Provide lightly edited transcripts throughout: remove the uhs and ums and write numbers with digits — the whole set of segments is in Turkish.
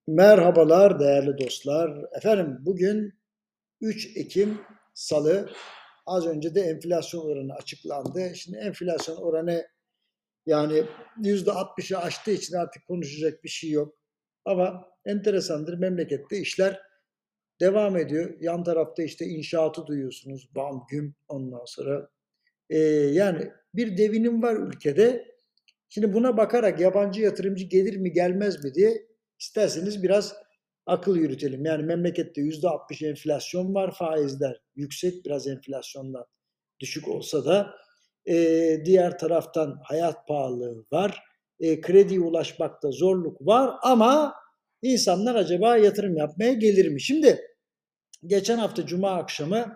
Merhabalar değerli dostlar. Efendim bugün 3 Ekim Salı. Az önce de enflasyon oranı açıklandı. Şimdi enflasyon oranı yani %60'ı aştığı için artık konuşacak bir şey yok. Ama enteresandır, memlekette işler devam ediyor. Yan tarafta işte inşaatı duyuyorsunuz. Bam güm ondan sonra. Yani bir devinim var ülkede. Şimdi buna bakarak yabancı yatırımcı gelir mi gelmez mi diye isterseniz biraz akıl yürütelim. Yani memlekette %60 enflasyon var, faizler yüksek, biraz enflasyondan düşük olsa da diğer taraftan hayat pahalılığı var, krediye ulaşmakta zorluk var ama insanlar acaba yatırım yapmaya gelir mi? Şimdi geçen hafta Cuma akşamı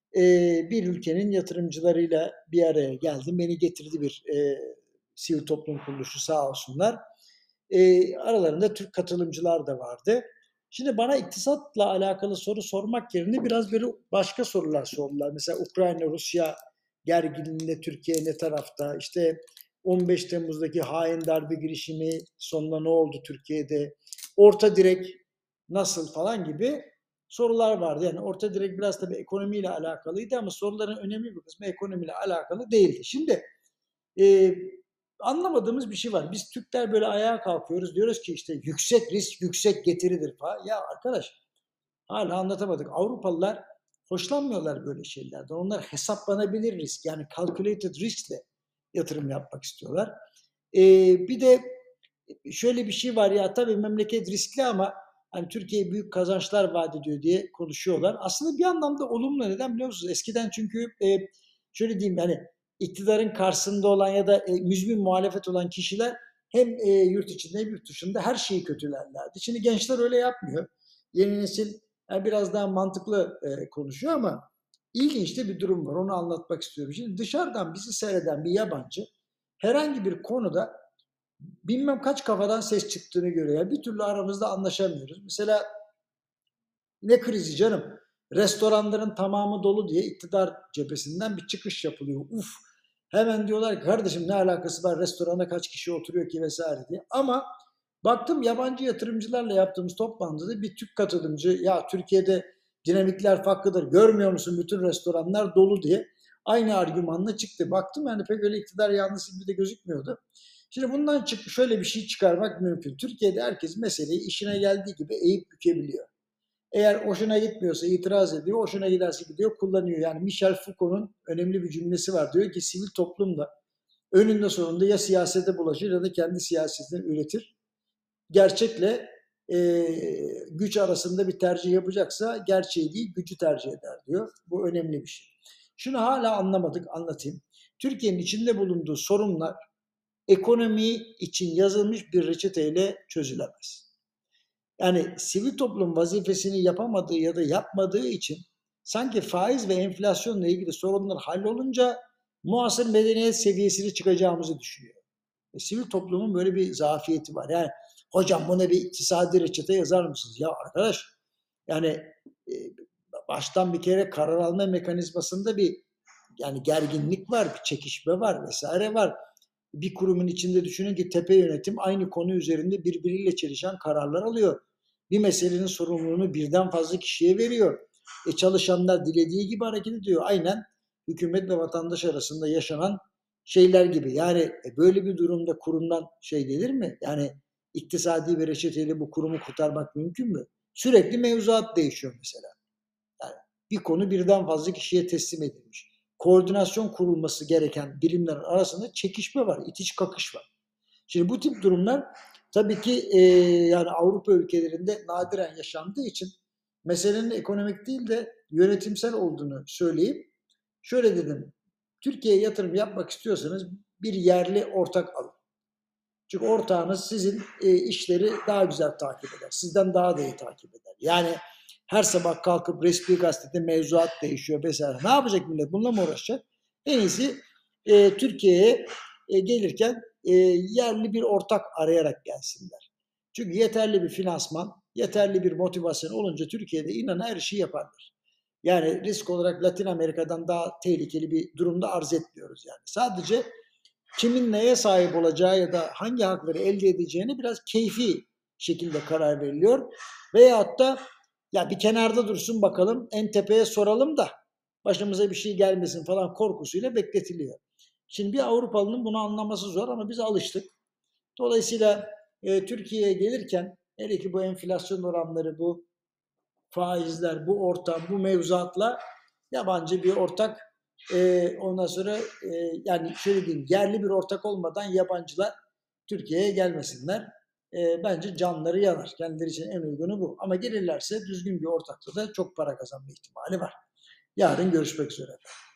bir ülkenin yatırımcılarıyla bir araya geldim. Beni getirdi bir sivil toplum kuruluşu sağ olsunlar. Aralarında Türk katılımcılar da vardı. Şimdi bana iktisatla alakalı soru sormak yerine biraz böyle başka sorular sordular. Mesela Ukrayna-Rusya gerginliğinde Türkiye ne tarafta? İşte 15 Temmuz'daki hain darbe girişimi sonunda ne oldu Türkiye'de? Orta direk nasıl falan gibi sorular vardı. Yani orta direk biraz tabii ekonomiyle alakalıydı ama soruların önemli bir kısmı ekonomiyle alakalı değildi. Şimdi e, anlamadığımız bir şey var. Biz Türkler böyle ayağa kalkıyoruz. Diyoruz ki işte yüksek risk yüksek getiridir falan. Ya arkadaş hala anlatamadık. Avrupalılar hoşlanmıyorlar böyle şeylerden. Onlar hesaplanabilir risk yani calculated riskle yatırım yapmak istiyorlar. Bir de şöyle bir şey var ya tabii memleket riskli ama hani Türkiye büyük kazançlar vaat ediyor diye konuşuyorlar. Aslında bir anlamda olumlu neden biliyor musunuz? Eskiden çünkü şöyle diyeyim yani iktidarın karşısında olan ya da müzmin muhalefet olan kişiler hem yurt içinde hem yurt dışında her şeyi kötülerlerdi. Şimdi gençler öyle yapmıyor. Yeni nesil yani biraz daha mantıklı konuşuyor ama ilginç de bir durum var. Onu anlatmak istiyorum. Şimdi dışarıdan bizi seyreden bir yabancı herhangi bir konuda bilmem kaç kafadan ses çıktığını görüyor. Yani bir türlü aramızda anlaşamıyoruz. Mesela ne krizi canım? Restoranların tamamı dolu diye iktidar cephesinden bir çıkış yapılıyor. Uf! Hemen diyorlar ki kardeşim ne alakası var restorana kaç kişi oturuyor ki vesaire diye. Ama baktım yabancı yatırımcılarla yaptığımız toplantıda bir Türk katılımcı ya Türkiye'de dinamikler farklıdır görmüyor musun bütün restoranlar dolu diye aynı argümanla çıktı. Baktım yani pek öyle iktidar yanlısı gibi de gözükmüyordu. Şimdi bundan şöyle bir şey çıkarmak mümkün. Türkiye'de herkes meseleyi işine geldiği gibi eğip bükebiliyor. Eğer hoşuna gitmiyorsa itiraz ediyor, hoşuna giderse gidiyor kullanıyor. Yani Michel Foucault'un önemli bir cümlesi var. Diyor ki sivil toplumda önünde sonunda ya siyasete bulaşır ya da kendi siyasetini üretir. Gerçekle güç arasında bir tercih yapacaksa gerçeği değil gücü tercih eder diyor. Bu önemli bir şey. Şunu hala anlamadık anlatayım. Türkiye'nin içinde bulunduğu sorunlar ekonomi için yazılmış bir reçeteyle çözülemez. Yani sivil toplum vazifesini yapamadığı ya da yapmadığı için sanki faiz ve enflasyonla ilgili sorunlar hallolunca muasır medeniyet seviyesine çıkacağımızı düşünüyor. Sivil toplumun böyle bir zafiyeti var. Yani hocam buna bir iktisadi reçete yazar mısınız? Ya arkadaş yani e, baştan bir kere karar alma mekanizmasında bir yani gerginlik var, bir çekişme var vesaire var. Bir kurumun içinde düşünün ki tepe yönetim aynı konu üzerinde birbiriyle çelişen kararlar alıyor. Bir meselenin sorumluluğunu birden fazla kişiye veriyor. Çalışanlar dilediği gibi hareket ediyor. Aynen hükümet ve vatandaş arasında yaşanan şeyler gibi. Yani böyle bir durumda kurumdan şey gelir mi? Yani iktisadi bir reçeteyle bu kurumu kurtarmak mümkün mü? Sürekli mevzuat değişiyor mesela. Yani bir konu birden fazla kişiye teslim edilmiş. Koordinasyon kurulması gereken birimler arasında çekişme var, itiş kakış var. Şimdi bu tip durumlar tabii ki yani Avrupa ülkelerinde nadiren yaşandığı için meselenin ekonomik değil de yönetimsel olduğunu söyleyip şöyle dedim. Türkiye'ye yatırım yapmak istiyorsanız bir yerli ortak alın. Çünkü ortağınız sizin işleri daha güzel takip eder. Sizden daha da iyi takip eder. Yani her sabah kalkıp resmi gazetede mevzuat değişiyor vesaire. Ne yapacak millet? Bununla mı uğraşacak? En iyisi Türkiye'ye gelirken yerli bir ortak arayarak gelsinler. Çünkü yeterli bir finansman, yeterli bir motivasyon olunca Türkiye'de inan her şeyi yaparlar. Yani risk olarak Latin Amerika'dan daha tehlikeli bir durumda arz etmiyoruz yani. Sadece kimin neye sahip olacağı ya da hangi hakları elde edeceğini biraz keyfi şekilde karar veriliyor. Veyahut da ya bir kenarda dursun bakalım, en tepeye soralım da başımıza bir şey gelmesin falan korkusuyla bekletiliyor. Şimdi bir Avrupalı'nın bunu anlaması zor ama biz alıştık. Dolayısıyla Türkiye'ye gelirken hele ki bu enflasyon oranları, bu faizler, bu ortam, bu mevzuatla yabancı bir ortak ondan sonra yani şöyle diyeyim, yerli bir ortak olmadan yabancılar Türkiye'ye gelmesinler. Bence canları yanar. Kendileri için en uygunu bu. Ama gelirlerse düzgün bir ortakla da çok para kazanma ihtimali var. Yarın görüşmek üzere.